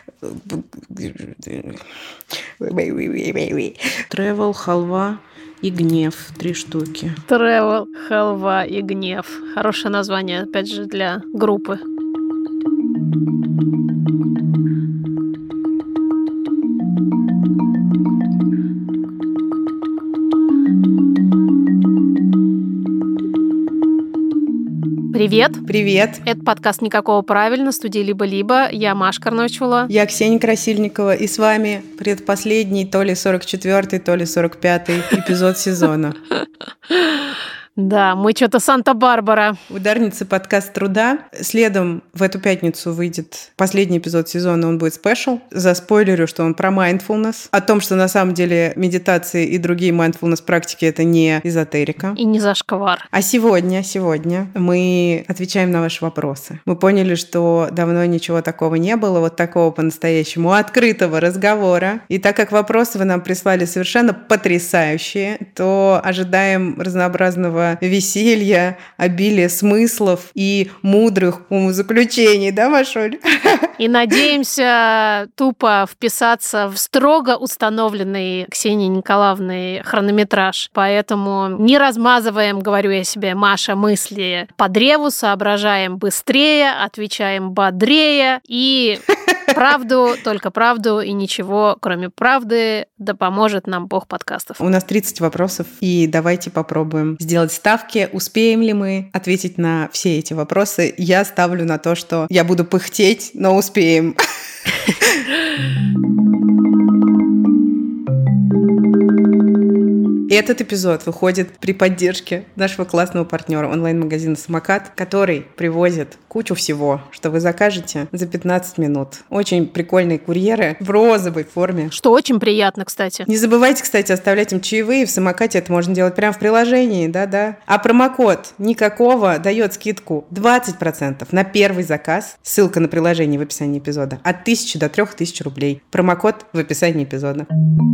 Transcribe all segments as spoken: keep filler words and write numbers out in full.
Тревел, халва и гнев. Три штуки. Тревел, халва и гнев. Хорошее название, опять же, для группы. Привет. Привет. Это подкаст «Никакого правильно», студии «Либо-либо». Я Маша Карночула. Я Ксения Красильникова. И с вами предпоследний, то ли сорок четвёртый, то ли сорок пятый эпизод сезона. Да, мы что-то Санта-Барбара. Ударницы подкаст труда. Следом в эту пятницу выйдет последний эпизод сезона, он будет спешл. Заспойлерю, что он про mindfulness. О том, что на самом деле медитации и другие mindfulness практики — это не эзотерика. И не зашквар. А сегодня, сегодня мы отвечаем на ваши вопросы. Мы поняли, что давно ничего такого не было, вот такого по-настоящему открытого разговора. И так как вопросы вы нам прислали совершенно потрясающие, то ожидаем разнообразного веселья, обилия смыслов и мудрых умозаключений, да, Машуль? И надеемся тупо вписаться в строго установленный Ксенией Николаевной хронометраж. Поэтому не размазываем, говорю я себе, Маша, мысли по древу, соображаем быстрее, отвечаем бодрее и правду, только правду и ничего, кроме правды, да поможет нам Бог подкастов. У нас тридцать вопросов, и давайте попробуем сделать ставки. Успеем ли мы ответить на все эти вопросы? Я ставлю на то, что я буду пыхтеть, но успеем. Этот эпизод выходит при поддержке нашего классного партнера онлайн-магазина «Самокат», который привозит кучу всего, что вы закажете за пятнадцать минут. Очень прикольные курьеры в розовой форме. Что очень приятно, кстати. Не забывайте, кстати, оставлять им чаевые. В «Самокате» это можно делать прямо в приложении, да-да. А промокод «Никакого» дает скидку двадцать процентов на первый заказ. Ссылка на приложение в описании эпизода. От тысячи до трех тысяч рублей. Промокод в описании эпизода.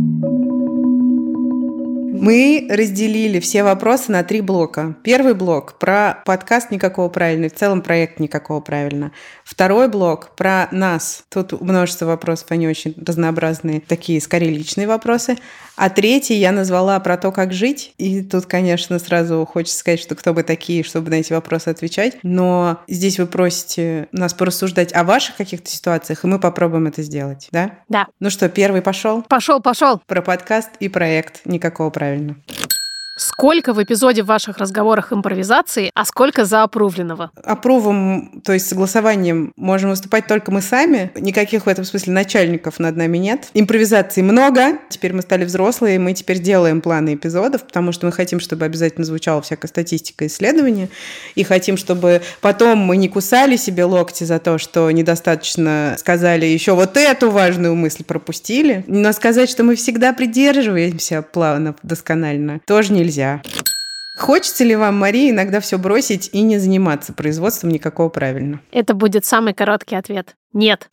Мы разделили все вопросы на три блока. Первый блок про подкаст «Никакого правильно», в целом проект «Никакого правильно». Второй блок про нас. Тут множество вопросов, они очень разнообразные, такие скорее личные вопросы. А третий я назвала про то, как жить. И тут, конечно, сразу хочется сказать, что кто бы такие, чтобы на эти вопросы отвечать. Но здесь вы просите нас порассуждать о ваших каких-то ситуациях, и мы попробуем это сделать, да? Да. Ну что, первый пошел? Пошел, пошел. Про подкаст и проект «Никакого правильно». Сколько в эпизоде в ваших разговорах импровизации, а сколько заапрувленного? Апрувом, то есть согласованием, можем выступать только мы сами. Никаких в этом смысле начальников над нами нет. Импровизаций много. Теперь мы стали взрослые, мы теперь делаем планы эпизодов, потому что мы хотим, чтобы обязательно звучала всякая статистика и исследования. И хотим, чтобы потом мы не кусали себе локти за то, что недостаточно сказали, еще вот эту важную мысль пропустили. Но сказать, что мы всегда придерживаемся планов досконально, тоже не нельзя. Хочется ли вам, Мария, иногда все бросить и не заниматься производством «Никакого правильно»? Это будет самый короткий ответ. Нет.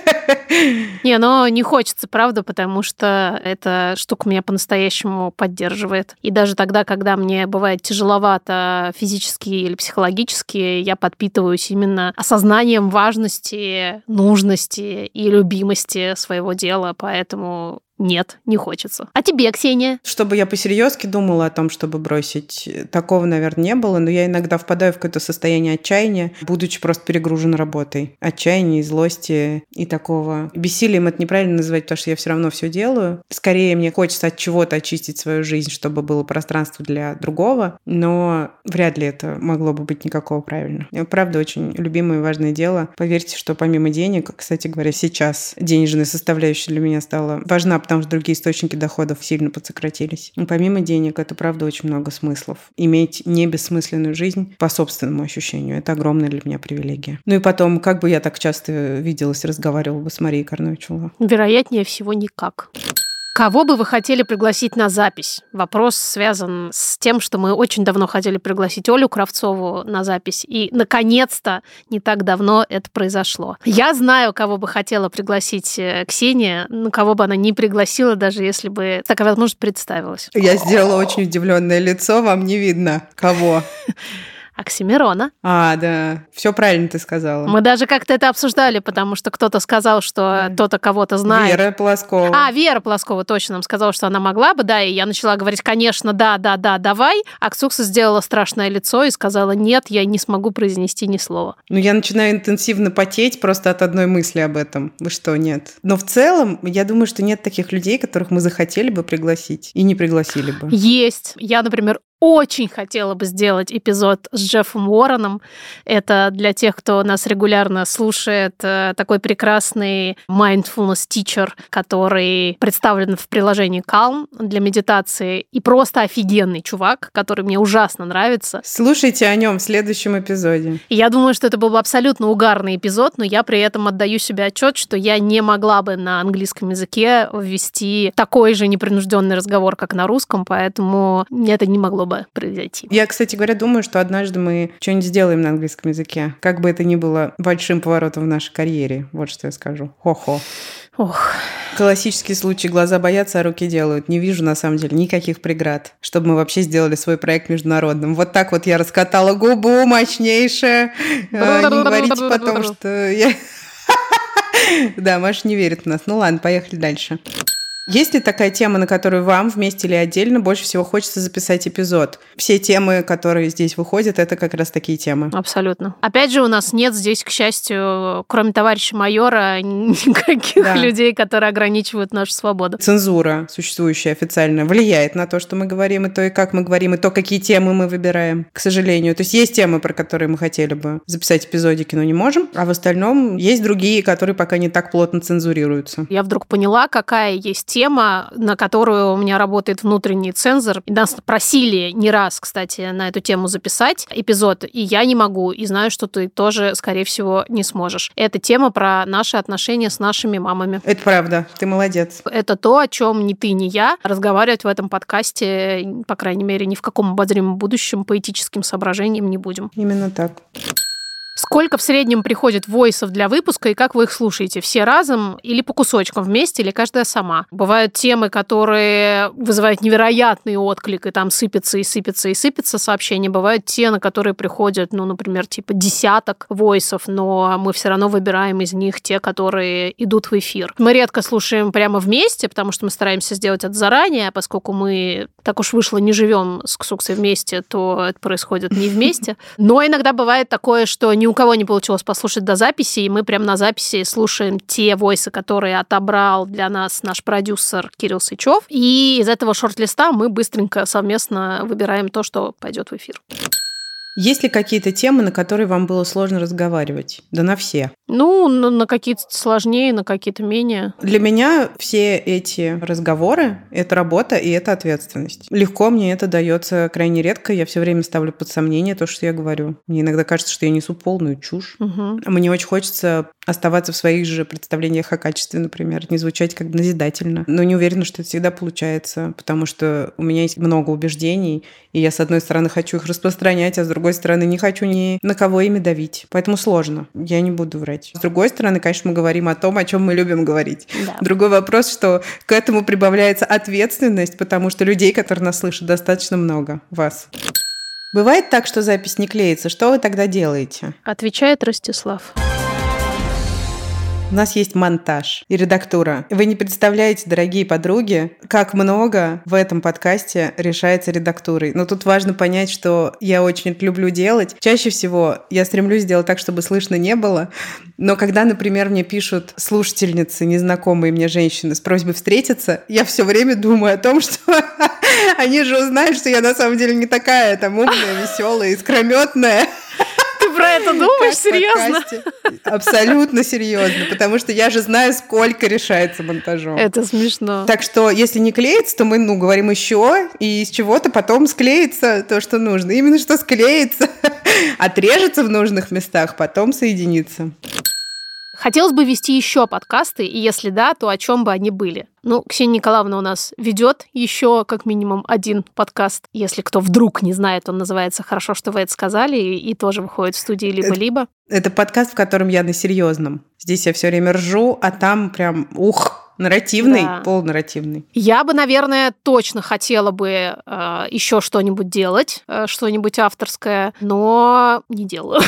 Не, но не хочется, правда, потому что эта штука меня по-настоящему поддерживает. И даже тогда, когда мне бывает тяжеловато физически или психологически, я подпитываюсь именно осознанием важности, нужности и любимости своего дела, поэтому... Нет, не хочется. А тебе, Ксения? Чтобы я посерьезки думала о том, чтобы бросить, такого, наверное, не было, но я иногда впадаю в какое-то состояние отчаяния, будучи просто перегружена работой. Отчаяния, злости и такого. Бессилием это неправильно называть, потому что я все равно все делаю. Скорее, мне хочется от чего-то очистить свою жизнь, чтобы было пространство для другого, но вряд ли это могло бы быть никакого правильно. Правда, очень любимое и важное дело. Поверьте, что помимо денег, кстати говоря, сейчас денежная составляющая для меня стала важна, потому что другие источники доходов сильно подсократились. Но помимо денег, это, правда, очень много смыслов. Иметь не бессмысленную жизнь по собственному ощущению — это огромная для меня привилегия. Ну и потом, как бы я так часто виделась, разговаривала бы с Марией Карночуловой? Вероятнее всего, никак. Кого бы вы хотели пригласить на запись? Вопрос связан с тем, что мы очень давно хотели пригласить Олю Кравцову на запись, и, наконец-то, не так давно это произошло. Я знаю, кого бы хотела пригласить Ксения, но кого бы она не пригласила, даже если бы такая возможность представилась. Я сделала очень удивленное лицо, вам не видно. Кого? Оксимирона. А, да. Все правильно ты сказала. Мы даже как-то это обсуждали, потому что кто-то сказал, что кто-то кого-то знает. Вера Полоскова. А, Вера Полоскова точно нам сказала, что она могла бы, да, и я начала говорить, конечно, да, да, да, давай. А Ксукса сделала страшное лицо и сказала, нет, я не смогу произнести ни слова. Ну, я начинаю интенсивно потеть просто от одной мысли об этом. Вы что, нет? Но в целом, я думаю, что нет таких людей, которых мы захотели бы пригласить и не пригласили бы. Есть. Я, например, очень хотела бы сделать эпизод с Джеффом Уорреном. Это для тех, кто нас регулярно слушает, такой прекрасный mindfulness teacher, который представлен в приложении Calm для медитации, и просто офигенный чувак, который мне ужасно нравится. Слушайте о нем в следующем эпизоде. И я думаю, что это был бы абсолютно угарный эпизод, но я при этом отдаю себе отчет, что я не могла бы на английском языке ввести такой же непринужденный разговор, как на русском, поэтому это не могло бы произойти. Я, кстати говоря, думаю, что однажды мы что-нибудь сделаем на английском языке. Как бы это ни было большим поворотом в нашей карьере. Вот что я скажу. Хо-хо. Ох. Классический случай. Глаза боятся, а руки делают. Не вижу, на самом деле, никаких преград, чтобы мы вообще сделали свой проект международным. Вот так вот я раскатала губу мощнейшая. Не говорите потом, что я... Да, Маша не верит в нас. Ну ладно, поехали дальше. Есть ли такая тема, на которую вам вместе или отдельно больше всего хочется записать эпизод? Все темы, которые здесь выходят, это как раз такие темы. Абсолютно. Опять же, у нас нет здесь, к счастью, кроме товарища майора, никаких да. людей, которые ограничивают нашу свободу. Цензура, существующая официально, влияет на то, что мы говорим, и то, и как мы говорим, и то, какие темы мы выбираем, к сожалению. То есть есть темы, про которые мы хотели бы записать эпизодики, но не можем, а в остальном есть другие, которые пока не так плотно цензурируются. Я вдруг поняла, какая есть тема, на которую у меня работает внутренний цензор. И нас просили не раз, кстати, на эту тему записать эпизод, и я не могу, и знаю, что ты тоже, скорее всего, не сможешь. Это тема про наши отношения с нашими мамами. Это правда, ты молодец. Это то, о чем ни ты, ни я разговаривать в этом подкасте, по крайней мере, ни в каком обозримом будущем по этическим соображениям не будем. Именно так. Сколько в среднем приходит войсов для выпуска, и как вы их слушаете? Все разом или по кусочкам вместе, или каждая сама? Бывают темы, которые вызывают невероятный отклик, и там сыпется, и сыпется, и сыпется сообщения. Бывают те, на которые приходят, ну, например, типа десяток войсов, но мы все равно выбираем из них те, которые идут в эфир. Мы редко слушаем прямо вместе, потому что мы стараемся сделать это заранее, поскольку мы, так уж вышло, не живем с Ксуксой вместе, то это происходит не вместе. Но иногда бывает такое, что ни у кого не получилось послушать до записи, и мы прямо на записи слушаем те войсы, которые отобрал для нас наш продюсер Кирилл Сычев. И из этого шорт-листа мы быстренько совместно выбираем то, что пойдет в эфир. Есть ли какие-то темы, на которые вам было сложно разговаривать? Да на все. Ну, на какие-то сложнее, на какие-то менее. Для меня все эти разговоры — это работа и это ответственность. Легко мне это дается крайне редко. Я все время ставлю под сомнение то, что я говорю. Мне иногда кажется, что я несу полную чушь. Угу. Мне очень хочется оставаться в своих же представлениях о качестве, например, не звучать как бы назидательно. Но не уверена, что это всегда получается, потому что у меня есть много убеждений, и я, с одной стороны, хочу их распространять, а с другой стороны, не хочу ни на кого ими давить. Поэтому сложно. Я не буду врать. С другой стороны, конечно, мы говорим о том, о чем мы любим говорить. Да. Другой вопрос, что к этому прибавляется ответственность, потому что людей, которые нас слышат, достаточно много. Вас. Бывает так, что запись не клеится. Что вы тогда делаете? Отвечает Ростислав. У нас есть монтаж и редактура. Вы не представляете, дорогие подруги, как много в этом подкасте решается редактурой. Но тут важно понять, что я очень это люблю делать. Чаще всего я стремлюсь сделать так, чтобы слышно не было. Но когда, например, мне пишут слушательницы, незнакомые мне женщины, с просьбой встретиться, я все время думаю о том, что они же узнают, что я на самом деле не такая там умная, веселая, искрометная. Про это думаешь? Серьезно? Абсолютно серьезно, потому что я же знаю, сколько решается монтажом. Это смешно. Так что, если не клеится, то мы, ну, говорим еще, и из чего-то потом склеится то, что нужно. Именно что склеится, отрежется в нужных местах, потом соединится. Хотелось бы вести еще подкасты, и если да, то о чем бы они были? Ну, Ксения Николаевна у нас ведет еще как минимум один подкаст. Если кто вдруг не знает, он называется «Хорошо, что вы это сказали», и, и тоже выходит в студии «Либо-либо». Это, это подкаст, в котором я на серьезном. Здесь я все время ржу, а там прям ух. Нарративный, Да. полнарративный. Я бы, наверное, точно хотела бы э, еще что-нибудь делать, э, что-нибудь авторское, но не делаю.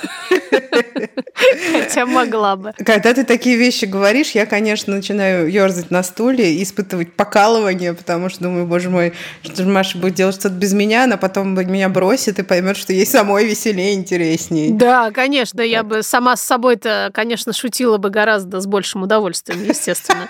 Хотя могла бы. Когда ты такие вещи говоришь, я, конечно, начинаю ерзать на стуле и испытывать покалывание, потому что думаю, боже мой, что же Маша будет делать что-то без меня, она потом меня бросит и поймет, что ей самой веселее и интереснее. Да, конечно, я бы сама с собой-то, конечно, шутила бы гораздо с большим удовольствием, естественно.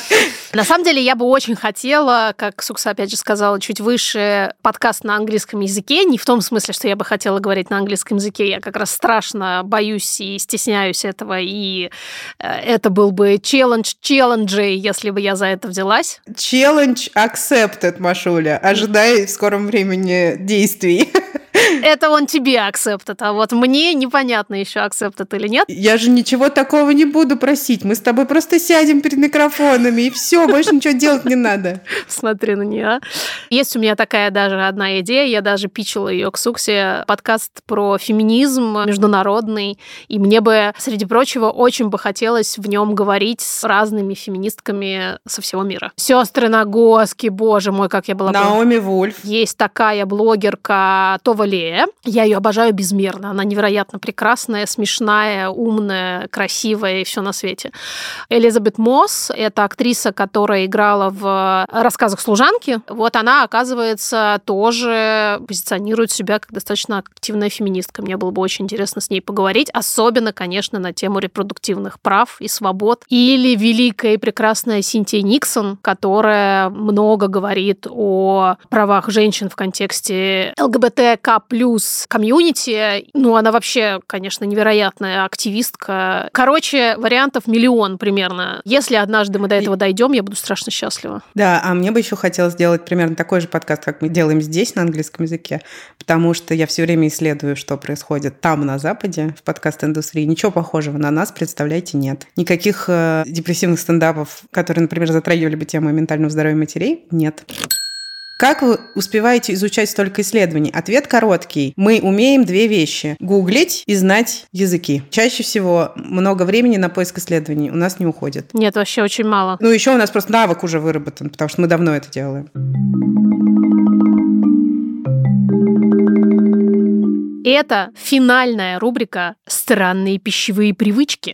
На самом деле, я бы очень хотела, как Сукса опять же сказала, чуть выше, подкаст на английском языке. Не в том смысле, что я бы хотела говорить на английском языке. Я как раз страшно боюсь и стесняюсь этого. И это был бы челлендж челленджей, если бы я за это взялась. Челлендж accepted, Машуля. Ожидай в скором времени действий. Это он тебе accepted, а вот мне непонятно еще accepted или нет. Я же ничего такого не буду просить. Мы с тобой просто сядем перед микрофонами, и все, больше ничего делать не надо. Смотри на нее. Есть у меня такая даже одна идея, я даже питчила ее к Суксе, подкаст про феминизм международный, и мне бы, среди прочего, очень бы хотелось в нем говорить с разными феминистками со всего мира. Сестры Нагоски, боже мой, как я была... Наоми Вульф. Есть такая блогерка Това Лея. Я ее обожаю безмерно. Она невероятно прекрасная, смешная, умная, красивая и все на свете. Элизабет Мосс — это актриса, которая играла в «Рассказах служанки». Вот она, оказывается, тоже позиционирует себя как достаточно активная феминистка. Мне было бы очень интересно с ней поговорить, особенно, конечно, на тему репродуктивных прав и свобод. Или великая и прекрасная Синтия Никсон, которая много говорит о правах женщин в контексте ЛГБТК плюс комьюнити. Ну, она вообще, конечно, невероятная активистка. Короче, вариантов миллион примерно. Если однажды мы до этого дойдем, я буду страшно счастлива. Да, а мне бы еще хотелось сделать примерно такой же подкаст, как мы делаем здесь на английском языке, потому что я все время исследую, что происходит там, на Западе, в подкаст-индустрии. Ничего похожего на нас, представляете, нет. Никаких э, депрессивных стендапов, которые, например, затрагивали бы тему ментального здоровья матерей, нет. Как вы успеваете изучать столько исследований? Ответ короткий. Мы умеем две вещи. Гуглить и знать языки. Чаще всего много времени на поиск исследований у нас не уходит. Нет, вообще очень мало. Ну, еще у нас просто навык уже выработан, потому что мы давно это делаем. Это финальная рубрика «Странные пищевые привычки».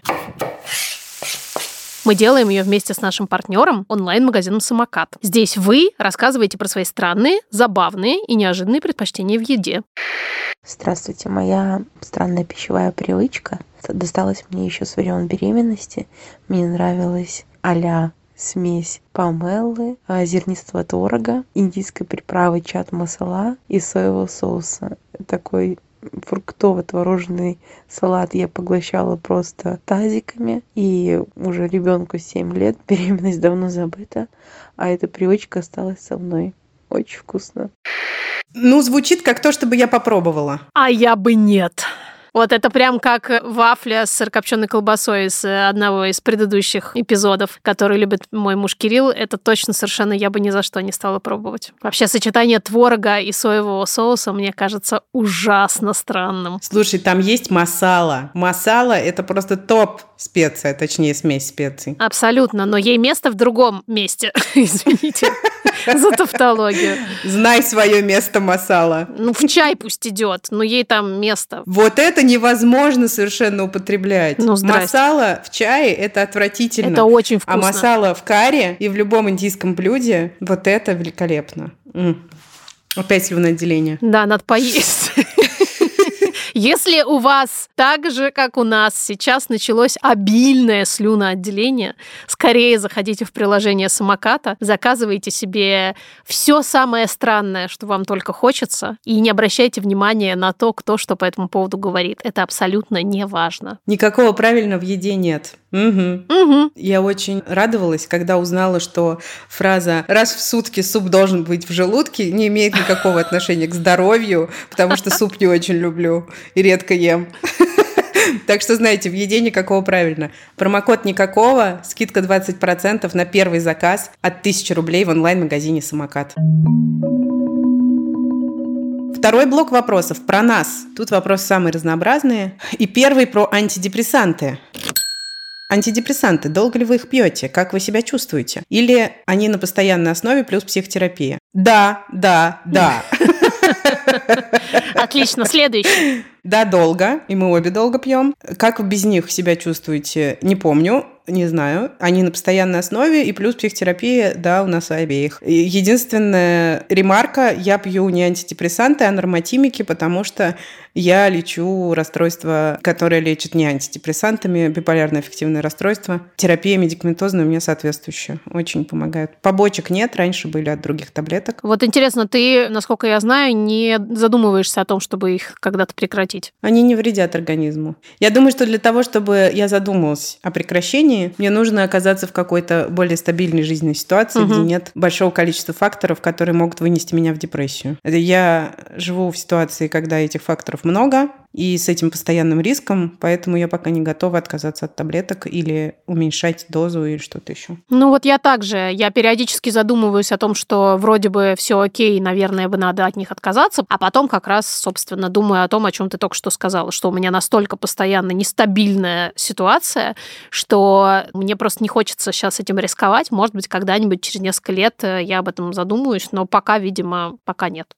Мы делаем ее вместе с нашим партнером, онлайн-магазином «Самокат». Здесь вы рассказываете про свои странные, забавные и неожиданные предпочтения в еде. Здравствуйте, моя странная пищевая привычка досталась мне еще с времен беременности. Мне нравилась а-ля смесь помеллы, зернистого творога, индийской приправы чат-масала и соевого соуса. Такой фруктово-творожный салат я поглощала просто тазиками, и уже ребенку семь лет, беременность давно забыта, а эта привычка осталась со мной. Очень вкусно. Ну, звучит как то, чтобы я попробовала. А я бы нет. Вот это прям как вафля с сырокопченой колбасой из одного из предыдущих эпизодов, который любит мой муж Кирилл. Это точно совершенно я бы ни за что не стала пробовать. Вообще сочетание творога и соевого соуса мне кажется ужасно странным. Слушай, там есть масала. Масала – это просто топ специя, точнее смесь специй. Абсолютно, но ей место в другом месте. Извините за тавтологию. Знай свое место, масала. Ну, в чай пусть идет, но ей там место. Вот это невозможно совершенно употреблять. Ну, здрасте. Масала в чае – это отвратительно. Это очень вкусно. А масала в карри и в любом индийском блюде – вот это великолепно. М. Опять слюноотделение. Да, надо поесть. Если у вас так же, как у нас, сейчас началось обильное слюноотделение, скорее заходите в приложение «Самоката», заказывайте себе все самое странное, что вам только хочется, и не обращайте внимания на то, кто что по этому поводу говорит. Это абсолютно не важно. Никакого правильного в еде нет. Угу. Угу. Я очень радовалась, когда узнала, что фраза «раз в сутки суп должен быть в желудке» не имеет никакого отношения к здоровью, потому что суп не очень люблю и редко ем. Так что, знаете, в еде никакого правильно. Промокод никакого, скидка двадцать процентов на первый заказ от тысячи рублей в онлайн-магазине «Самокат». Второй блок вопросов про нас. Тут вопросы самые разнообразные. И первый про антидепрессанты. Антидепрессанты, долго ли вы их пьете? Как вы себя чувствуете? Или они на постоянной основе плюс психотерапия? Да, да, да. Отлично, следующий. Да, долго, и мы обе долго пьем. Как вы без них себя чувствуете, не помню, не знаю. Они на постоянной основе, и плюс психотерапия, да, у нас у обеих. Единственная ремарка, я пью не антидепрессанты, а нормотимики, потому что я лечу расстройства, которые лечат не антидепрессантами, биполярное аффективное расстройство. Терапия медикаментозная у меня соответствующая, очень помогает. Побочек нет, раньше были от других таблеток. Вот интересно, ты, насколько я знаю, не задумываешься о том, чтобы их когда-то прекратить? Они не вредят организму. Я думаю, что для того, чтобы я задумалась о прекращении, мне нужно оказаться в какой-то более стабильной жизненной ситуации, угу. где нет большого количества факторов, которые могут вынести меня в депрессию. Я живу в ситуации, когда этих факторов много, и с этим постоянным риском, поэтому я пока не готова отказаться от таблеток или уменьшать дозу или что-то еще. Ну вот я также, я периодически задумываюсь о том, что вроде бы все окей, наверное, бы надо от них отказаться, а потом как раз, собственно, думаю о том, о чем ты только что сказала, что у меня настолько постоянно нестабильная ситуация, что мне просто не хочется сейчас этим рисковать. Может быть, когда-нибудь через несколько лет я об этом задумаюсь, но пока, видимо, пока нет.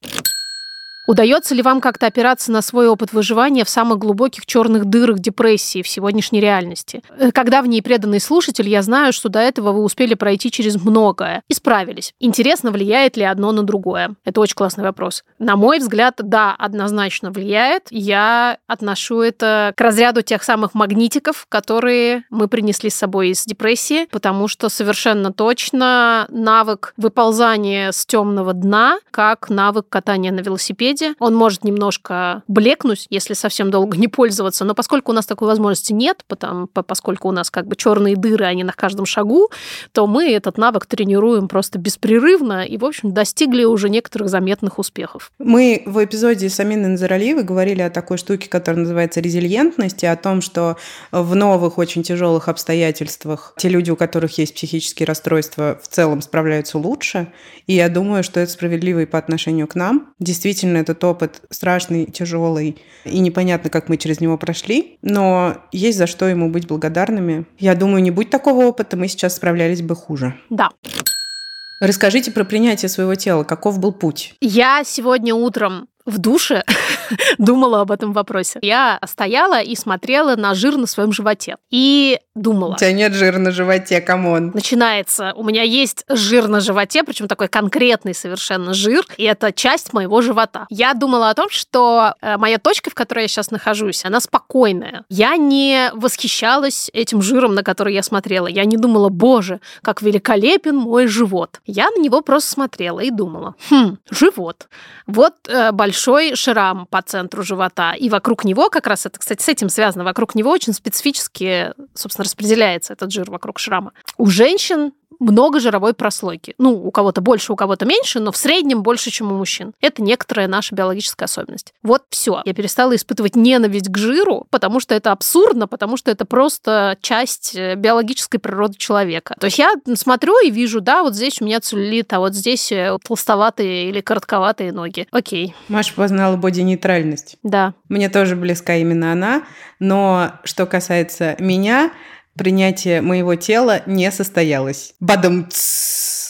Удается ли вам как-то опираться на свой опыт выживания в самых глубоких черных дырах депрессии в сегодняшней реальности? Когда в ней преданный слушатель, я знаю, что до этого вы успели пройти через многое и справились. Интересно, влияет ли одно на другое? Это очень классный вопрос. На мой взгляд, да, однозначно влияет. Я отношу это к разряду тех самых магнитиков, которые мы принесли с собой из депрессии, потому что совершенно точно навык выползания с темного дна, как навык катания на велосипеде, он может немножко блекнуть, если совсем долго не пользоваться, но поскольку у нас такой возможности нет, потому, поскольку у нас как бы черные дыры, они на каждом шагу, то мы этот навык тренируем просто беспрерывно и, в общем, достигли уже некоторых заметных успехов. Мы в эпизоде с Аминой Назаралиевой говорили о такой штуке, которая называется резильентность, и о том, что в новых, очень тяжелых обстоятельствах те люди, у которых есть психические расстройства, в целом справляются лучше, и я думаю, что это справедливо и по отношению к нам. Действительно, этот опыт страшный, тяжелый, и непонятно, как мы через него прошли, но есть за что ему быть благодарными. Я думаю, не будь такого опыта, мы сейчас справлялись бы хуже. Да. Расскажите про принятие своего тела. Каков был путь? Я сегодня утром в душе думала об этом вопросе. Я стояла и смотрела на жир на своем животе. И думала. У тебя нет жира на животе, камон. Начинается. У меня есть жир на животе, причем такой конкретный совершенно жир, и это часть моего живота. Я думала о том, что моя точка, в которой я сейчас нахожусь, она спокойная. Я не восхищалась этим жиром, на который я смотрела. Я не думала, боже, как великолепен мой живот. Я на него просто смотрела и думала, хм, живот. Вот э, большой шрам по центру живота, и вокруг него, как раз это, кстати, с этим связано, вокруг него очень специфически, собственно, распределяется этот жир вокруг шрама. У женщин много жировой прослойки. Ну, у кого-то больше, у кого-то меньше, но в среднем больше, чем у мужчин. Это некоторая наша биологическая особенность. Вот все. Я перестала испытывать ненависть к жиру, потому что это абсурдно, потому что это просто часть биологической природы человека. То есть я смотрю и вижу, да, вот здесь у меня целлюлит, а вот здесь толстоватые или коротковатые ноги. Окей. Маша познала боди-нейтральность. Да. Мне тоже близка именно она, но что касается меня, принятие моего тела не состоялось. Бадам-ц.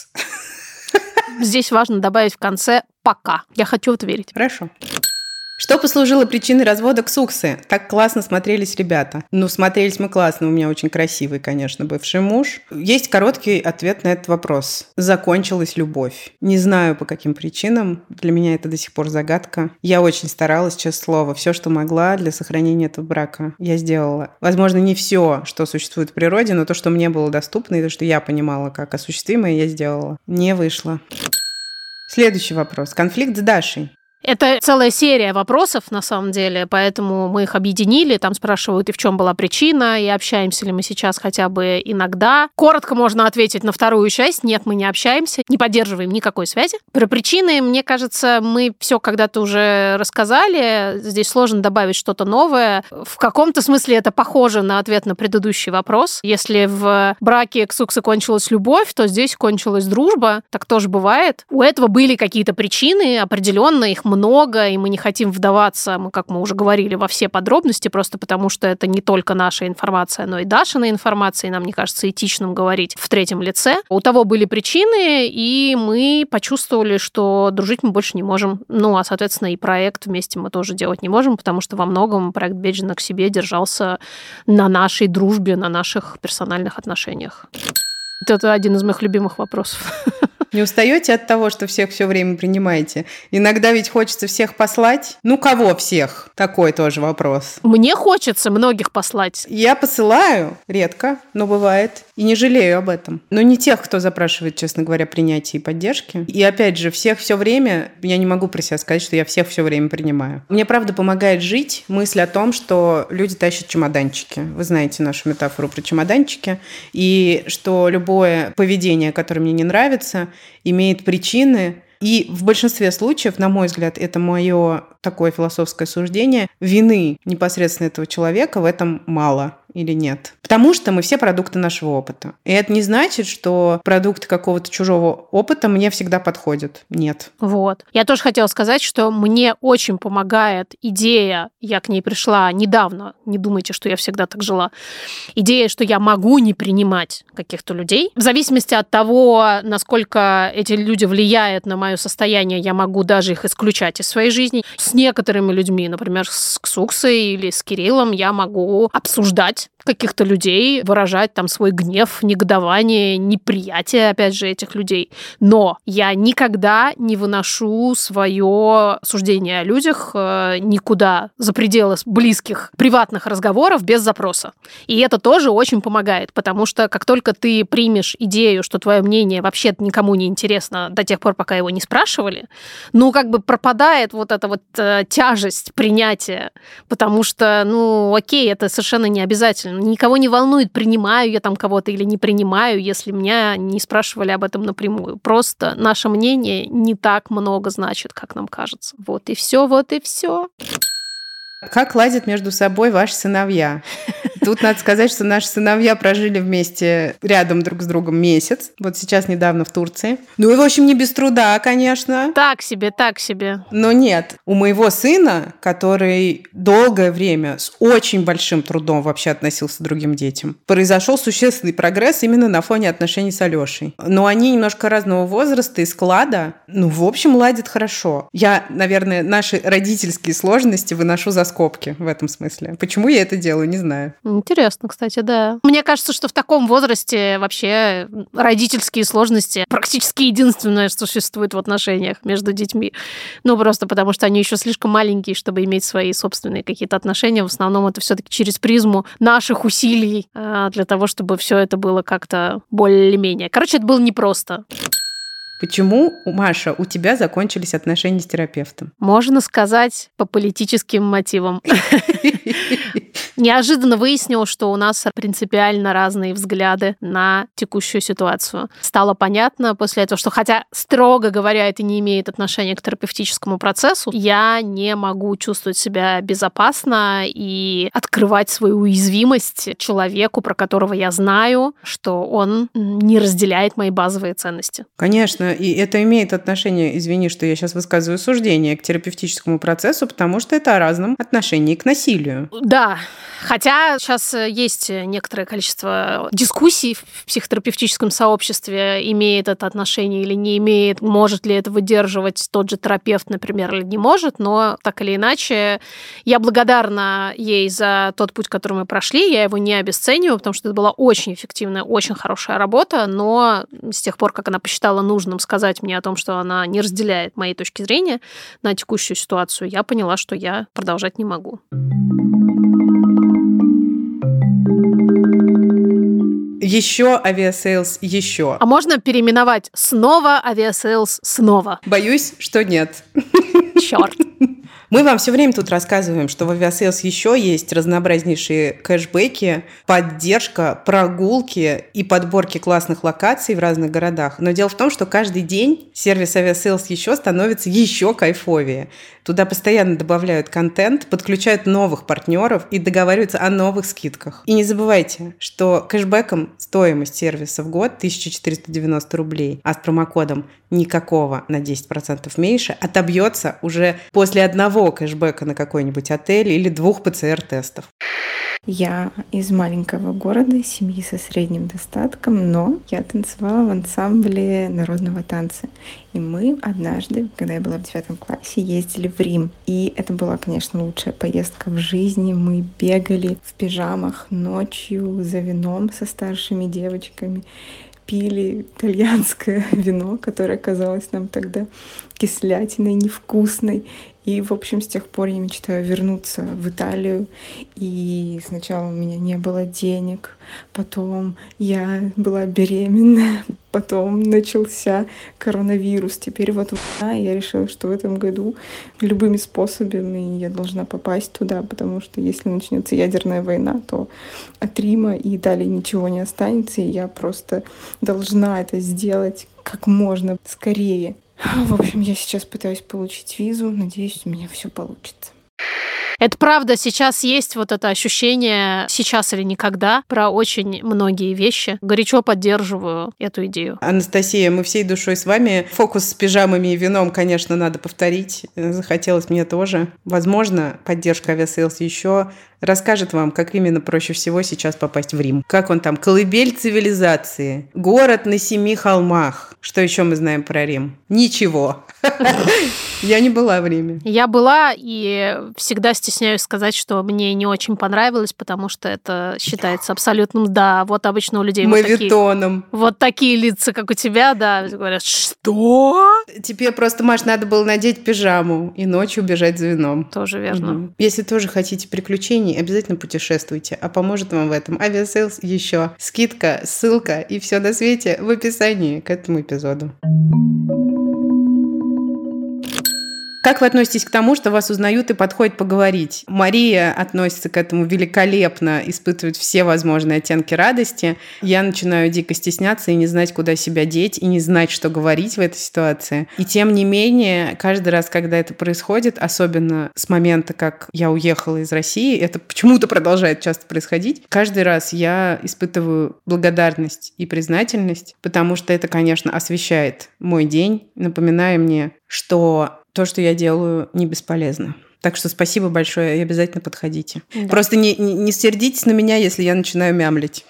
Здесь важно добавить в конце «пока». Я хочу в это верить. Хорошо. Что послужило причиной развода Ксуксы? Так классно смотрелись ребята. Ну, смотрелись мы классно. У меня очень красивый, конечно, бывший муж. Есть короткий ответ на этот вопрос. Закончилась любовь. Не знаю, по каким причинам. Для меня это до сих пор загадка. Я очень старалась, честное слово. Все, что могла для сохранения этого брака, я сделала. Возможно, не все, что существует в природе, но то, что мне было доступно, и то, что я понимала как осуществимое, я сделала. Не вышло. Следующий вопрос. Конфликт с Дашей. Это целая серия вопросов, на самом деле, поэтому мы их объединили. Там спрашивают, и в чем была причина, и общаемся ли мы сейчас хотя бы иногда. Коротко можно ответить на вторую часть. Нет, мы не общаемся, не поддерживаем никакой связи. Про причины, мне кажется, мы все когда-то уже рассказали. Здесь сложно добавить что-то новое. В каком-то смысле это похоже на ответ на предыдущий вопрос. Если в браке Ксуксы кончилась любовь, то здесь кончилась дружба. Так тоже бывает. У этого были какие-то причины, определенно их много. много, и мы не хотим вдаваться, мы, как мы уже говорили, во все подробности, просто потому что это не только наша информация, но и Дашина информация, и нам не кажется этичным говорить в третьем лице. У того были причины, и мы почувствовали, что дружить мы больше не можем. Ну, а, соответственно, и проект вместе мы тоже делать не можем, потому что во многом проект «Беджина к себе» держался на нашей дружбе, на наших персональных отношениях. Это один из моих любимых вопросов. Не устаете от того, что всех все время принимаете? Иногда ведь хочется всех послать. Ну, кого всех? Такой тоже вопрос. Мне хочется многих послать. Я посылаю редко, но бывает. И не жалею об этом. Но не тех, кто запрашивает, честно говоря, принятия и поддержки. И опять же, всех все время, я не могу про себя сказать, что я всех все время принимаю. Мне, правда, помогает жить мысль о том, что люди тащат чемоданчики. Вы знаете нашу метафору про чемоданчики. И что любое поведение, которое мне не нравится, имеет причины, и в большинстве случаев, на мой взгляд, это мое такое философское суждение, вины непосредственно этого человека в этом мало или нет. Потому что мы все продукты нашего опыта. И это не значит, что продукты какого-то чужого опыта мне всегда подходят. Нет. Вот. Я тоже хотела сказать, что мне очень помогает идея, я к ней пришла недавно, не думайте, что я всегда так жила, идея, что я могу не принимать каких-то людей. В зависимости от того, насколько эти люди влияют на мое состояние, я могу даже их исключать из своей жизни. С некоторыми людьми, например, с Ксуксой или с Кириллом, я могу обсуждать каких-то людей, выражать там свой гнев, негодование, неприятие, опять же, этих людей. Но я никогда не выношу свое суждение о людях никуда за пределы близких приватных разговоров без запроса. И это тоже очень помогает, потому что как только ты примешь идею, что твое мнение вообще-то никому не интересно до тех пор, пока его не спрашивали, ну, как бы пропадает вот эта вот э, тяжесть принятия, потому что, ну, окей, это совершенно не обязательно. Никого не волнует, принимаю я там кого-то или не принимаю, если меня не спрашивали об этом напрямую. Просто наше мнение не так много значит, как нам кажется. Вот и все, вот и все. Как ладят между собой ваши сыновья? Тут надо сказать, что наши сыновья прожили вместе рядом друг с другом месяц. Вот сейчас недавно в Турции. Ну и, в общем, не без труда, конечно. Так себе, так себе. Но нет. У моего сына, который долгое время с очень большим трудом вообще относился к другим детям, произошел существенный прогресс именно на фоне отношений с Алешей. Но они немножко разного возраста и склада. Ну, в общем, ладят хорошо. Я, наверное, наши родительские сложности выношу за скобки в этом смысле. Почему я это делаю, не знаю. Интересно, кстати, да. Мне кажется, что в таком возрасте вообще родительские сложности практически единственное, что существует в отношениях между детьми. Ну, просто потому что они еще слишком маленькие, чтобы иметь свои собственные какие-то отношения. В основном это все-таки через призму наших усилий для того, чтобы все это было как-то более-менее. Короче, это было непросто. Почему, Маша, у тебя закончились отношения с терапевтом? Можно сказать, по политическим мотивам. Неожиданно выяснилось, что у нас принципиально разные взгляды на текущую ситуацию. Стало понятно после этого, что хотя, строго говоря, это не имеет отношения к терапевтическому процессу, я не могу чувствовать себя безопасно и открывать свою уязвимость человеку, про которого я знаю, что он не разделяет мои базовые ценности. Конечно, и это имеет отношение, извини, что я сейчас высказываю суждение, к терапевтическому процессу, потому что это о разном отношении к насилию. Да, хотя сейчас есть некоторое количество дискуссий в психотерапевтическом сообществе, имеет это отношение или не имеет, может ли это выдерживать тот же терапевт, например, или не может, но так или иначе я благодарна ей за тот путь, который мы прошли, я его не обесцениваю, потому что это была очень эффективная, очень хорошая работа, но с тех пор, как она посчитала нужным сказать мне о том, что она не разделяет моей точки зрения на текущую ситуацию, я поняла, что я продолжать не могу. Еще авиасейлс, еще. А можно переименовать снова авиасейлс снова? Боюсь, что нет. Черт. Мы вам все время тут рассказываем, что в авиасейлс еще есть разнообразнейшие кэшбэки, поддержка, прогулки и подборки классных локаций в разных городах. Но дело в том, что каждый день сервис авиасейлс еще становится еще кайфовее. Туда постоянно добавляют контент, подключают новых партнеров и договариваются о новых скидках. И не забывайте, что кэшбэком стоимость сервиса в год тысяча четыреста девяносто рублей, а с промокодом никакого на десять процентов меньше отобьется уже после одного кэшбэка на какой-нибудь отель или двух ПЦР-тестов. Я из маленького города, семьи со средним достатком, но я танцевала в ансамбле народного танца. И мы однажды, когда я была в девятом классе, ездили в Рим. И это была, конечно, лучшая поездка в жизни. Мы бегали в пижамах ночью за вином со старшими девочками, пили итальянское вино, которое казалось нам тогда кислятиной, невкусной. И, в общем, с тех пор я мечтаю вернуться в Италию. И сначала у меня не было денег, потом я была беременна, потом начался коронавирус. Теперь вот я решила, что в этом году любыми способами я должна попасть туда, потому что если начнется ядерная война, то от Рима и Италии ничего не останется, и я просто должна это сделать как можно скорее. В общем, я сейчас пытаюсь получить визу. Надеюсь, у меня все получится. Это правда, сейчас есть вот это ощущение «сейчас или никогда» про очень многие вещи. Горячо поддерживаю эту идею. Анастасия, мы всей душой с вами. Фокус с пижамами и вином, конечно, надо повторить. Захотелось мне тоже. Возможно, поддержка Авиасейлс еще расскажет вам, как именно проще всего сейчас попасть в Рим. Как он там? Колыбель цивилизации. Город на семи холмах. Что еще мы знаем про Рим? Ничего. Я не была в Риме. Я была и всегда стесняюсь сказать, что мне не очень понравилось, потому что это считается абсолютным «да». Вот обычно у людей вот такие, вот такие лица, как у тебя, да, говорят «что?». Тебе просто, Маш, надо было надеть пижаму и ночью бежать за вином. Тоже верно. Угу. Если тоже хотите приключений, обязательно путешествуйте, а поможет вам в этом Авиасейлс еще. Скидка, ссылка и все на свете в описании к этому эпизоду. Как вы относитесь к тому, что вас узнают и подходят поговорить? Мария относится к этому великолепно, испытывает все возможные оттенки радости. Я начинаю дико стесняться и не знать, куда себя деть, и не знать, что говорить в этой ситуации. И тем не менее, каждый раз, когда это происходит, особенно с момента, как я уехала из России, это почему-то продолжает часто происходить, каждый раз я испытываю благодарность и признательность, потому что это, конечно, освещает мой день, напоминая мне, что то, что я делаю, не бесполезно. Так что спасибо большое, и обязательно подходите. Да. Просто не, не, не сердитесь на меня, если я начинаю мямлить.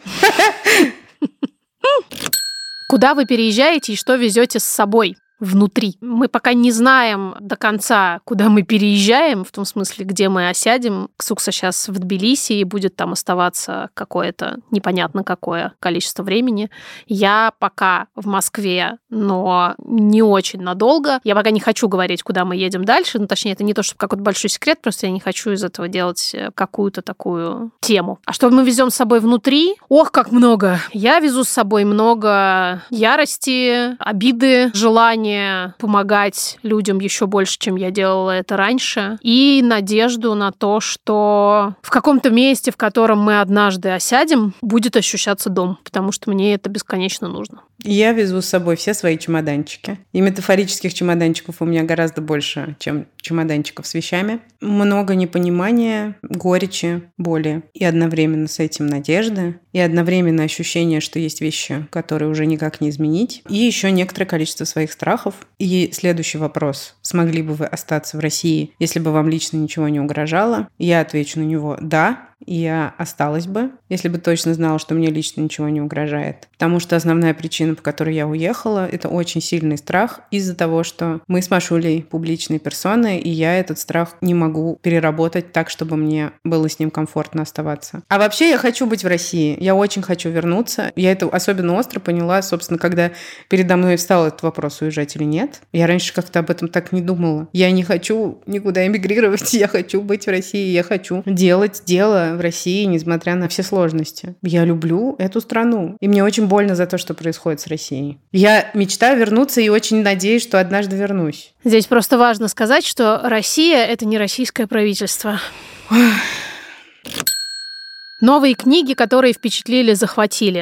Куда вы переезжаете и что везете с собой внутри? Мы пока не знаем до конца, куда мы переезжаем, в том смысле, где мы осядем. Ксукса сейчас в Тбилиси и будет там оставаться какое-то непонятно какое количество времени. Я пока в Москве, но не очень надолго. Я пока не хочу говорить, куда мы едем дальше. Ну, точнее, это не то, чтобы какой-то большой секрет, просто я не хочу из этого делать какую-то такую тему. А что мы везем с собой внутри? Ох, как много! Я везу с собой много ярости, обиды, желания помогать людям еще больше, чем я делала это раньше, и надежду на то, что в каком-то месте, в котором мы однажды осядем, будет ощущаться дом, потому что мне это бесконечно нужно. Я везу с собой все свои чемоданчики. И метафорических чемоданчиков у меня гораздо больше, чем чемоданчиков с вещами. Много непонимания, горечи, боли. И одновременно с этим надежды. И одновременно ощущение, что есть вещи, которые уже никак не изменить. И еще некоторое количество своих страхов. И следующий вопрос. Смогли бы вы остаться в России, если бы вам лично ничего не угрожало? Я отвечу на него «да». И я осталась бы, если бы точно знала, что мне лично ничего не угрожает. Потому что основная причина, по которой я уехала, это очень сильный страх из-за того, что мы с Машулей публичные персоны, и я этот страх не могу переработать так, чтобы мне было с ним комфортно оставаться. А вообще я хочу быть в России, я очень хочу вернуться. Я это особенно остро поняла, собственно, когда передо мной встал этот вопрос, уезжать или нет. Я раньше как-то об этом так не думала. Я не хочу никуда эмигрировать, я хочу быть в России, я хочу делать дело в России, несмотря на все сложности. Я люблю эту страну. И мне очень больно за то, что происходит с Россией. Я мечтаю вернуться и очень надеюсь, что однажды вернусь. Здесь просто важно сказать, что Россия — это не российское правительство. Новые книги, которые впечатлили, захватили.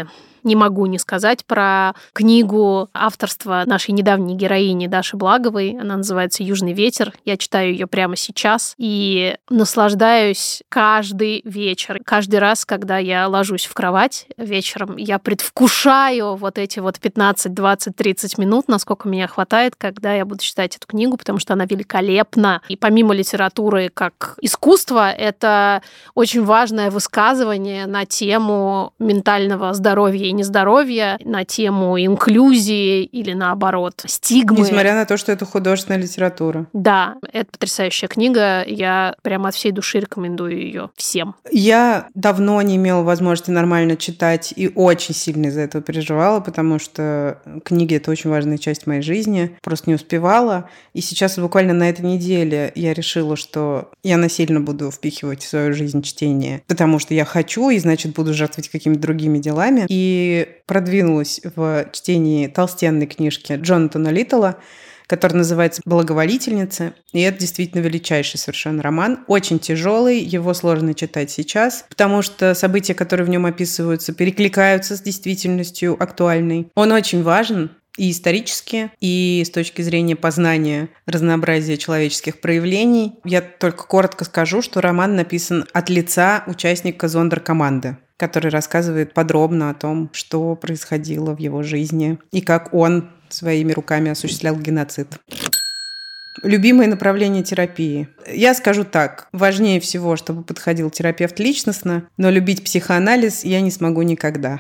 не могу не сказать про книгу авторства нашей недавней героини Даши Благовой. Она называется «Южный ветер». Я читаю ее прямо сейчас и наслаждаюсь каждый вечер. Каждый раз, когда я ложусь в кровать вечером, я предвкушаю вот эти вот пятнадцать, двадцать, тридцать минут, насколько меня хватает, когда я буду читать эту книгу, потому что она великолепна. И помимо литературы как искусства, это очень важное высказывание на тему ментального здоровья и нездоровья, на тему инклюзии или, наоборот, стигмы. Несмотря на то, что это художественная литература. Да, это потрясающая книга. Я прямо от всей души рекомендую ее всем. Я давно не имела возможности нормально читать и очень сильно из-за этого переживала, потому что книги — это очень важная часть моей жизни. Просто не успевала. И сейчас буквально на этой неделе я решила, что я насильно буду впихивать в свою жизнь чтение, потому что я хочу, и, значит, буду жертвовать какими-то другими делами. И продвинулась в чтении толстенной книжки Джонатана Литтла, который называется «Благоволительница». И это действительно величайший совершенно роман. Очень тяжелый, его сложно читать сейчас, потому что события, которые в нем описываются, перекликаются с действительностью актуальной. Он очень важен и исторически, и с точки зрения познания разнообразия человеческих проявлений. Я только коротко скажу, что роман написан от лица участника зондеркоманды, который рассказывает подробно о том, что происходило в его жизни и как он своими руками осуществлял геноцид. Любимое направление терапии. Я скажу так. Важнее всего, чтобы подходил терапевт личностно, но любить психоанализ я не смогу никогда.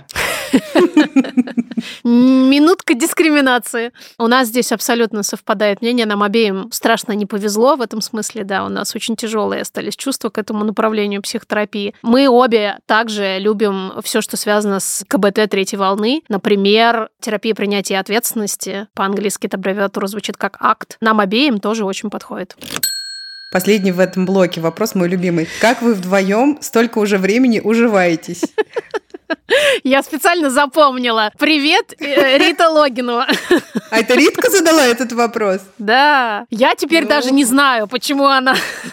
Минутка дискриминации. У нас здесь абсолютно совпадает мнение. Нам обеим страшно не повезло в этом смысле. Да, у нас очень тяжелые остались чувства к этому направлению психотерапии. Мы обе также любим все, что связано с КБТ третьей волны. Например, терапия принятия ответственности. По-английски эта аббревиатура звучит как акт. Нам обеим тоже очень подходит. Последний в этом блоке вопрос, мой любимый. Как вы вдвоем столько уже времени уживаетесь? Я специально запомнила. Привет, Рита Логинова. А это Ритка задала этот вопрос? Да. Я теперь ну... даже не знаю, почему она...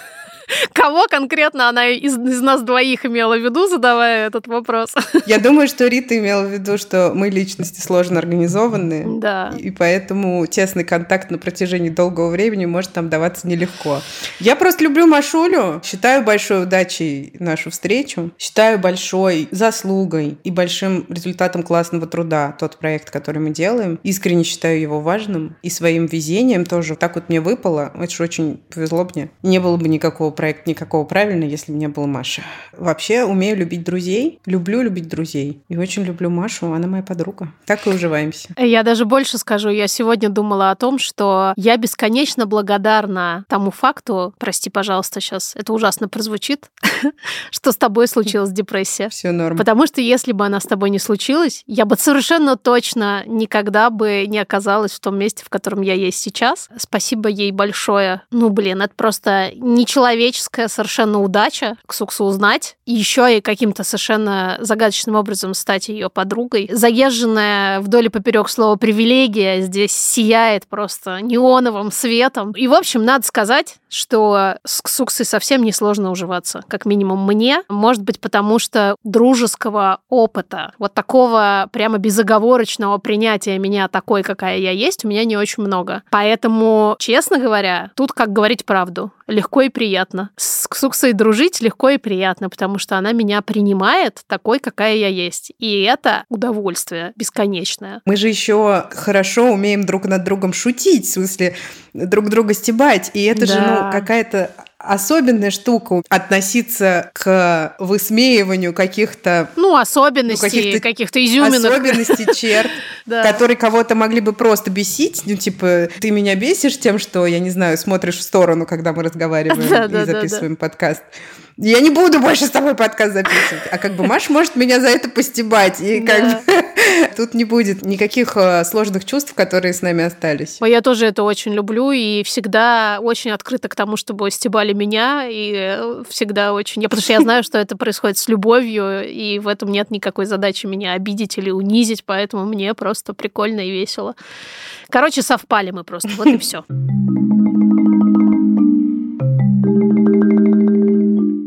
Кого конкретно она из, из нас двоих имела в виду, задавая этот вопрос? Я думаю, что Рита имела в виду, что мы личности сложно организованные, да. И поэтому тесный контакт на протяжении долгого времени может нам даваться нелегко. Я просто люблю Машулю, считаю большой удачей нашу встречу, считаю большой заслугой и большим результатом классного труда тот проект, который мы делаем. Искренне считаю его важным и своим везением тоже. Так вот мне выпало, это же очень повезло мне. Не было бы никакого проекта, никакого правильно, если бы не было Маши. Вообще умею любить друзей, люблю любить друзей. И очень люблю Машу, она моя подруга. Так и уживаемся. Я даже больше скажу, я сегодня думала о том, что я бесконечно благодарна тому факту, прости, пожалуйста, сейчас это ужасно прозвучит, что с тобой случилась депрессия. Все норм. Потому что если бы она с тобой не случилась, я бы совершенно точно никогда бы не оказалась в том месте, в котором я есть сейчас. Спасибо ей большое. Ну, блин, это просто нечеловеческая совершенно удача Ксуксу узнать, и еще и каким-то совершенно загадочным образом стать ее подругой. Заезженное вдоль и поперек слово «привилегия» здесь сияет просто неоновым светом. И, в общем, надо сказать, что с Ксуксой совсем несложно уживаться, как минимум мне. Может быть, потому что дружеского опыта, вот такого прямо безоговорочного принятия меня такой, какая я есть, у меня не очень много. Поэтому, честно говоря, тут как говорить правду. Легко и приятно. С Ксуксой дружить легко и приятно, потому что она меня принимает такой, какая я есть. И это удовольствие бесконечное. Мы же еще хорошо умеем друг над другом шутить, в смысле друг друга стебать. И это да. же ну, какая-то особенная штука относиться к высмеиванию каких-то... Ну, особенностей, ну, каких-то, каких-то изюминок. Особенностей, черт, которые кого-то могли бы просто бесить. Ну, типа, ты меня бесишь тем, что, я не знаю, смотришь в сторону, когда мы разговариваем и записываем подкаст. Я не буду больше с тобой подкаст записывать. А как бы Маша может меня за это постебать. И как да. бы тут не будет никаких сложных чувств, которые с нами остались. Я тоже это очень люблю и всегда очень открыта к тому, чтобы стебали меня. И всегда очень... Я, потому что я знаю, что это происходит с любовью, и в этом нет никакой задачи меня обидеть или унизить, поэтому мне просто прикольно и весело. Короче, совпали мы просто. Вот и все.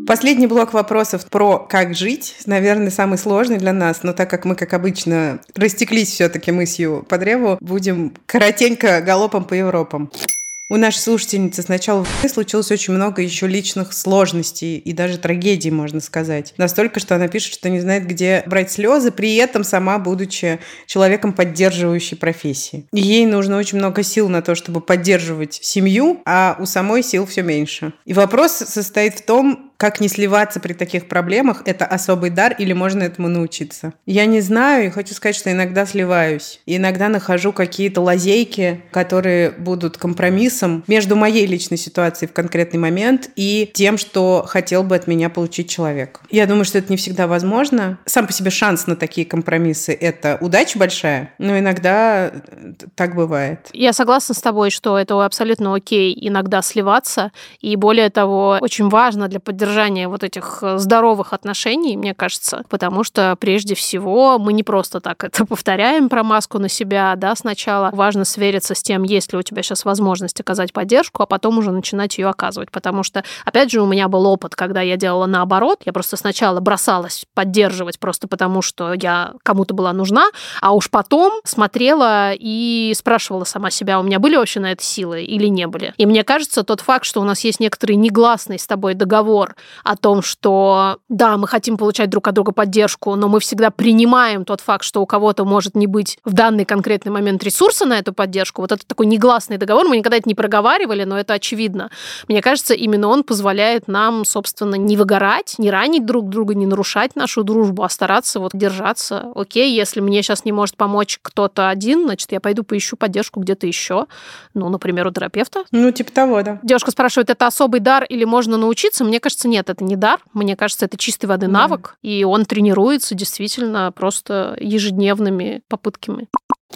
Последний блок вопросов про как жить, наверное, самый сложный для нас, но так как мы, как обычно, растеклись все-таки мысью по древу, будем коротенько галопом по Европам. У нашей слушательницы сначала в жизни случилось очень много еще личных сложностей и даже трагедий, можно сказать. Настолько, что она пишет, что не знает, где брать слезы, при этом сама будучи человеком поддерживающей профессии. И ей нужно очень много сил на то, чтобы поддерживать семью, а у самой сил все меньше. И вопрос состоит в том, как не сливаться при таких проблемах, это особый дар или можно этому научиться? Я не знаю и хочу сказать, что иногда сливаюсь. И иногда нахожу какие-то лазейки, которые будут компромиссом между моей личной ситуацией в конкретный момент и тем, что хотел бы от меня получить человек. Я думаю, что это не всегда возможно. Сам по себе шанс на такие компромиссы – это удача большая, но иногда так бывает. Я согласна с тобой, что это абсолютно окей иногда сливаться. И более того, очень важно для поддержания вот этих здоровых отношений, мне кажется, потому что прежде всего мы не просто так это повторяем про маску на себя, да, сначала важно свериться с тем, есть ли у тебя сейчас возможность оказать поддержку, а потом уже начинать ее оказывать, потому что, опять же, у меня был опыт, когда я делала наоборот, я просто сначала бросалась поддерживать просто потому, что я кому-то была нужна, а уж потом смотрела и спрашивала сама себя, у меня были вообще на это силы или не были. И мне кажется, тот факт, что у нас есть некоторый негласный с тобой договор о том, что да, мы хотим получать друг от друга поддержку, но мы всегда принимаем тот факт, что у кого-то может не быть в данный конкретный момент ресурса на эту поддержку. Вот это такой негласный договор, мы никогда это не проговаривали, но это очевидно. Мне кажется, именно он позволяет нам, собственно, не выгорать, не ранить друг друга, не нарушать нашу дружбу, а стараться вот держаться. Окей, если мне сейчас не может помочь кто-то один, значит, я пойду поищу поддержку где-то еще. Ну, например, у терапевта. Ну, типа того, да. Девушка спрашивает, это особый дар или можно научиться? Мне кажется, нет, это не дар. Мне кажется, это чистой воды навык. Да. И он тренируется действительно просто ежедневными попытками.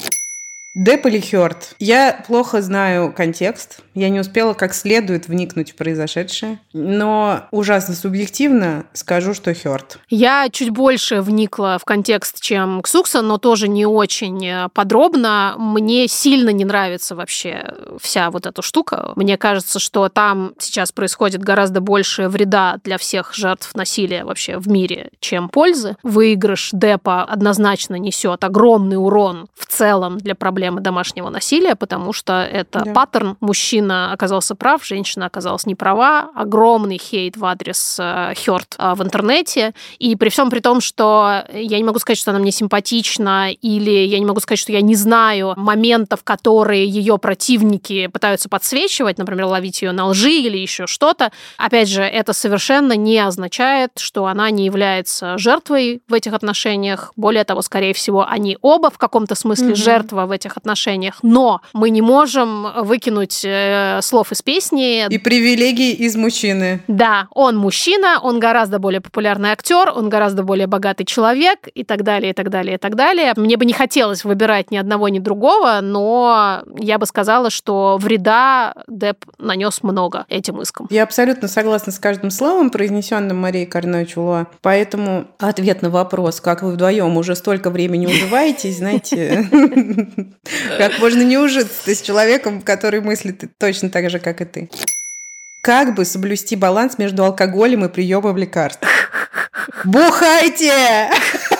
Деп или хёрт? Я плохо знаю контекст. Я не успела как следует вникнуть в произошедшее. Но ужасно субъективно скажу, что хёрт. Я чуть больше вникла в контекст, чем Ксукса, но тоже не очень подробно. Мне сильно не нравится вообще вся вот эта штука. Мне кажется, что там сейчас происходит гораздо больше вреда для всех жертв насилия вообще в мире, чем пользы. Выигрыш Депа однозначно несет огромный урон в целом для проблем домашнего насилия, потому что это да. паттерн. Мужчина оказался прав, женщина оказалась не права. Огромный хейт в адрес хёрт в интернете. И при всем при том, что я не могу сказать, что она мне симпатична, или я не могу сказать, что я не знаю моментов, которые ее противники пытаются подсвечивать, например, ловить ее на лжи или еще что-то. Опять же, это совершенно не означает, что она не является жертвой в этих отношениях. Более того, скорее всего, они оба в каком-то смысле mm-hmm. жертва в этих отношениях, но мы не можем выкинуть э, слов из песни. И привилегий из мужчины. Да, он мужчина, он гораздо более популярный актер, он гораздо более богатый человек и так далее, и так далее, и так далее. Мне бы не хотелось выбирать ни одного, ни другого, но я бы сказала, что вреда Деп нанес много этим иском. Я абсолютно согласна с каждым словом, произнесенным Марией Карной-Чулуа. Поэтому ответ на вопрос, как вы вдвоем уже столько времени уживаетесь, знаете... Как можно не ужиться с человеком, который мыслит точно так же, как и ты. Как бы соблюсти баланс между алкоголем и приемом лекарств? Бухайте!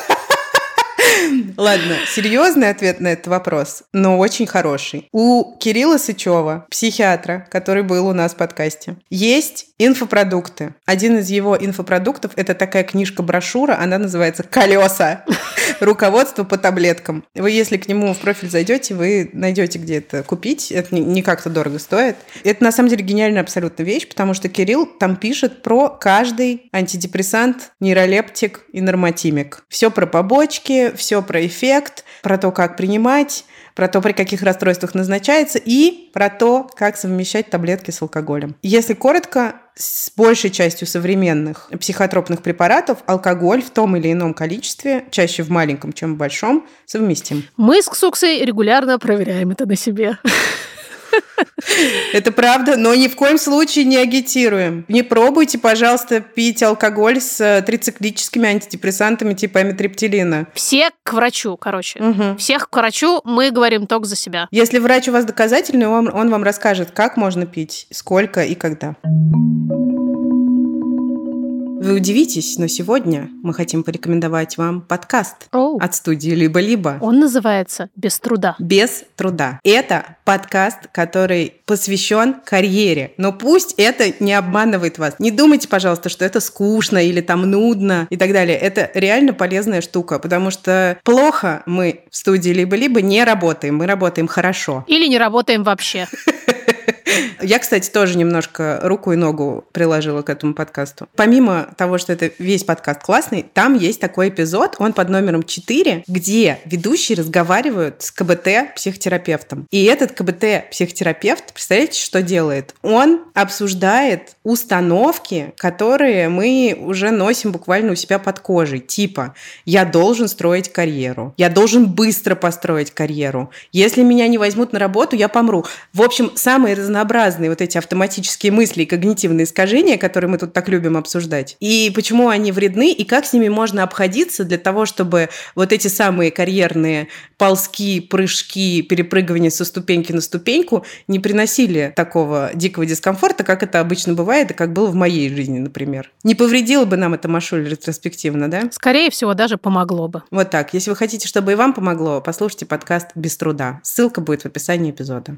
Ладно, серьезный ответ на этот вопрос, но очень хороший. У Кирилла Сычева, психиатра, который был у нас в подкасте, есть инфопродукты. Один из его инфопродуктов – это такая книжка-брошюра, она называется «Колеса. Руководство по таблеткам». Вы, если к нему в профиль зайдете, вы найдете, где это купить. Это не как-то дорого стоит. Это, на самом деле, гениальная абсолютно вещь, потому что Кирилл там пишет про каждый антидепрессант, нейролептик и нормотимик. Все про побочки, все про эффект, про то, как принимать, про то, при каких расстройствах назначается, и про то, как совмещать таблетки с алкоголем. Если коротко, с большей частью современных психотропных препаратов алкоголь в том или ином количестве, чаще в маленьком, чем в большом, совместим. Мы с Ксуксой регулярно проверяем это на себе. Это правда, но ни в коем случае не агитируем. Не пробуйте, пожалуйста, пить алкоголь с трициклическими антидепрессантами типа амитриптилина. Все к врачу, короче. Угу. Всех к врачу, мы говорим только за себя. Если врач у вас доказательный, он, он вам расскажет, как можно пить, сколько и когда. Вы удивитесь, но сегодня мы хотим порекомендовать вам подкаст Оу. от студии «Либо-либо». Он называется «Без труда». Без труда. Это подкаст, который посвящен карьере. Но пусть это не обманывает вас. Не думайте, пожалуйста, что это скучно или там нудно и так далее. Это реально полезная штука, потому что плохо мы в студии «Либо-либо» не работаем. Мы работаем хорошо. Или не работаем вообще. Я, кстати, тоже немножко руку и ногу приложила к этому подкасту. Помимо того, что это весь подкаст классный, там есть такой эпизод, он под номером четыре, где ведущие разговаривают с ка бэ тэ-психотерапевтом. И этот ка бэ тэ-психотерапевт, представляете, что делает? Он обсуждает установки, которые мы уже носим буквально у себя под кожей. Типа, я должен строить карьеру, я должен быстро построить карьеру. Если меня не возьмут на работу, я помру. В общем, самые разнообразные вот эти автоматические мысли и когнитивные искажения, которые мы тут так любим обсуждать, и почему они вредны, и как с ними можно обходиться для того, чтобы вот эти самые карьерные ползки, прыжки, перепрыгивания со ступеньки на ступеньку не приносили такого дикого дискомфорта, как это обычно бывает, и как было в моей жизни, например. Не повредило бы нам это, Машуль, ретроспективно, да? Скорее всего, даже помогло бы. Вот так. Если вы хотите, чтобы и вам помогло, послушайте подкаст «Без труда». Ссылка будет в описании эпизода.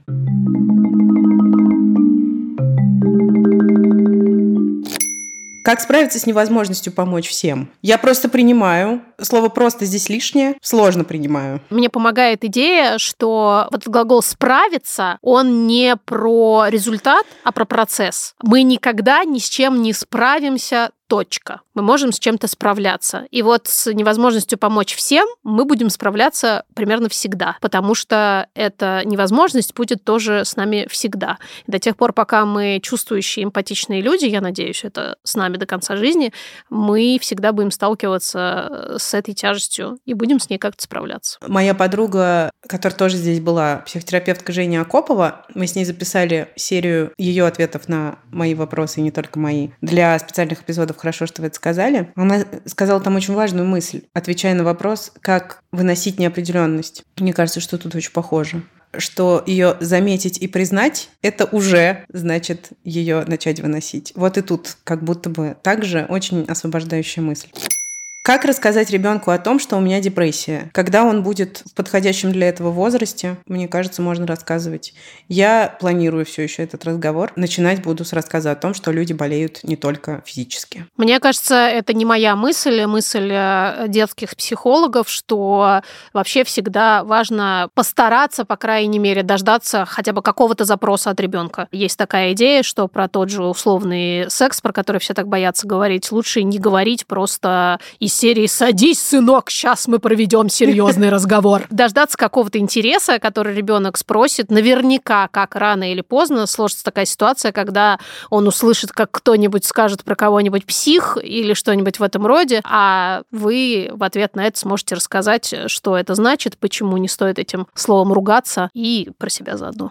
Как справиться с невозможностью помочь всем? Я просто принимаю. Слово «просто» здесь лишнее. Сложно принимаю. Мне помогает идея, что вот глагол «справиться», он не про результат, а про процесс. Мы никогда ни с чем не справимся, точка. Мы можем с чем-то справляться. И вот с невозможностью помочь всем мы будем справляться примерно всегда, потому что эта невозможность будет тоже с нами всегда. И до тех пор, пока мы чувствующие, эмпатичные люди, я надеюсь, это с нами до конца жизни, мы всегда будем сталкиваться с этой тяжестью и будем с ней как-то справляться. Моя подруга, которая тоже здесь была, психотерапевтка Женя Акопова, мы с ней записали серию ее ответов на мои вопросы, и не только мои, для специальных эпизодов «Хорошо, что вы это сказали». Она сказала там очень важную мысль, отвечая на вопрос, как выносить неопределенность. Мне кажется, что тут очень похоже. Что ее заметить и признать, это уже значит ее начать выносить. Вот и тут как будто бы также очень освобождающая мысль. Как рассказать ребенку о том, что у меня депрессия? Когда он будет в подходящем для этого возрасте, мне кажется, можно рассказывать. Я планирую все еще этот разговор. Начинать буду с рассказа о том, что люди болеют не только физически. Мне кажется, это не моя мысль, мысль детских психологов, что вообще всегда важно постараться, по крайней мере, дождаться хотя бы какого-то запроса от ребенка. Есть такая идея, что про тот же условный секс, про который все так боятся говорить, лучше не говорить просто из серии «Садись, сынок, сейчас мы проведем серьезный разговор». Дождаться какого-то интереса, который ребенок спросит. Наверняка, как рано или поздно, сложится такая ситуация, когда он услышит, как кто-нибудь скажет про кого-нибудь псих или что-нибудь в этом роде, а вы в ответ на это сможете рассказать, что это значит, почему не стоит этим словом ругаться, и про себя заодно.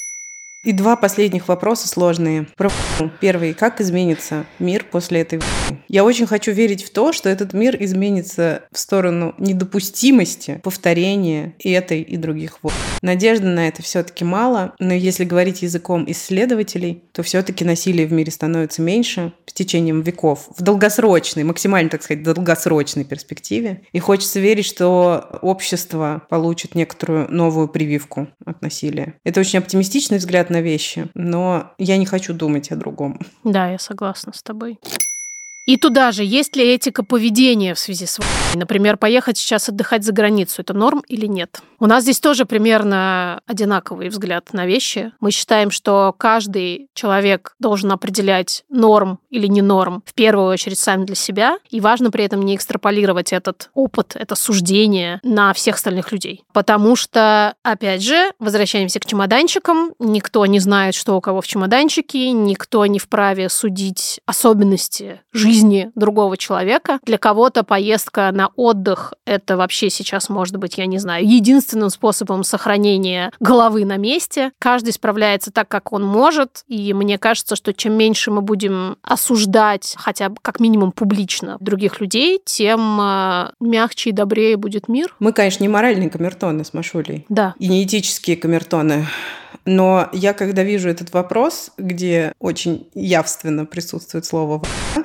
И два последних вопроса сложные. Про первый. Как изменится мир после этой войны? Я очень хочу верить в то, что этот мир изменится в сторону недопустимости повторения и этой, и других войн. Надежды на это все-таки мало, но если говорить языком исследователей, то все-таки насилие в мире становится меньше с течением веков, в долгосрочной, максимально, так сказать, долгосрочной перспективе. И хочется верить, что общество получит некоторую новую прививку от насилия. Это очень оптимистичный взгляд на вещи, но я не хочу думать о другом. Да, я согласна с тобой. И туда же, есть ли этика поведения в связи с войной? Например, поехать сейчас отдыхать за границу – это норм или нет? У нас здесь тоже примерно одинаковый взгляд на вещи. Мы считаем, что каждый человек должен определять норм или не норм в первую очередь сам для себя, и важно при этом не экстраполировать этот опыт, это суждение на всех остальных людей. Потому что, опять же, возвращаемся к чемоданчикам, никто не знает, что у кого в чемоданчике, никто не вправе судить особенности жизни другого человека. Для кого-то поездка на отдых – это вообще сейчас может быть, я не знаю, единственным способом сохранения головы на месте. Каждый справляется так, как он может, и мне кажется, что чем меньше мы будем осуждать, хотя бы как минимум публично, других людей, тем мягче и добрее будет мир. Мы, конечно, не моральные камертоны с Машулей. Да. И не этические камертоны. Но я, когда вижу этот вопрос, где очень явственно присутствует слово «война»,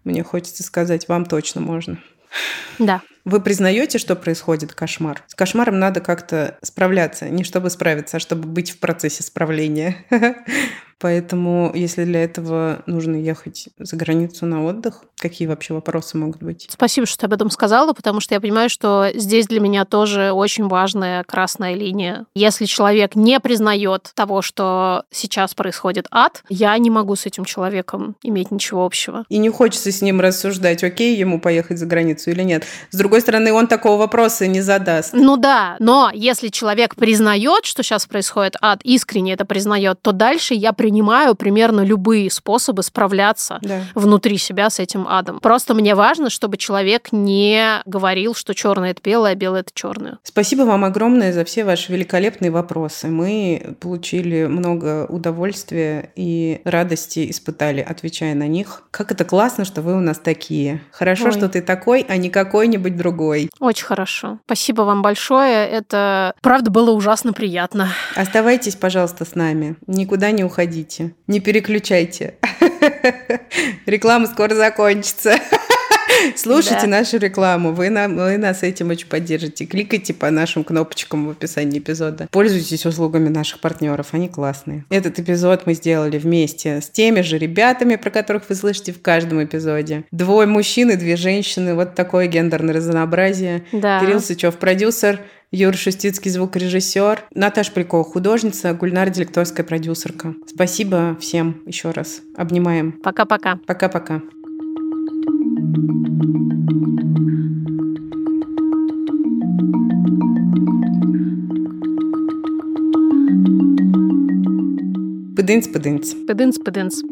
мне хочется сказать, вам точно можно. Да. Вы признаете, что происходит кошмар? С кошмаром надо как-то справляться. Не чтобы справиться, а чтобы быть в процессе справления. Поэтому, если для этого нужно ехать за границу на отдых, какие вообще вопросы могут быть? Спасибо, что ты об этом сказала, потому что я понимаю, что здесь для меня тоже очень важная красная линия. Если человек не признает того, что сейчас происходит ад, я не могу с этим человеком иметь ничего общего. И не хочется с ним рассуждать, окей ему поехать за границу или нет. С другой стороны, он такого вопроса не задаст. Ну да, но если человек признает, что сейчас происходит ад, искренне это признает, то дальше я принимаю примерно любые способы справляться Да. внутри себя с этим адом. Просто мне важно, чтобы человек не говорил, что черное это белое, а белое это черное. Спасибо вам огромное за все ваши великолепные вопросы. Мы получили много удовольствия и радости испытали, отвечая на них. Как это классно, что вы у нас такие. Хорошо, Ой. что ты такой, а не какой-нибудь другой. Очень хорошо. Спасибо вам большое. Это, правда, было ужасно приятно. Оставайтесь, пожалуйста, с нами. Никуда не уходите. Не переключайте. Реклама скоро закончится. Слушайте Да. нашу рекламу. Вы, нам, вы нас этим очень поддержите. Кликайте по нашим кнопочкам в описании эпизода. Пользуйтесь услугами наших партнеров. Они классные. Этот эпизод мы сделали вместе с теми же ребятами, про которых вы слышите в каждом эпизоде. Двое мужчин и две женщины. Вот такое гендерное разнообразие. Да. Кирилл Сычев, продюсер. Юра Шустицкий, звукорежиссер, Наташа Полякова, художница, Гульнара Делекторская, продюсерка. Спасибо всем еще раз. Обнимаем. Пока-пока. Пока-пока. Пыдынц-пыдынц. Пыдынц-пыдынц.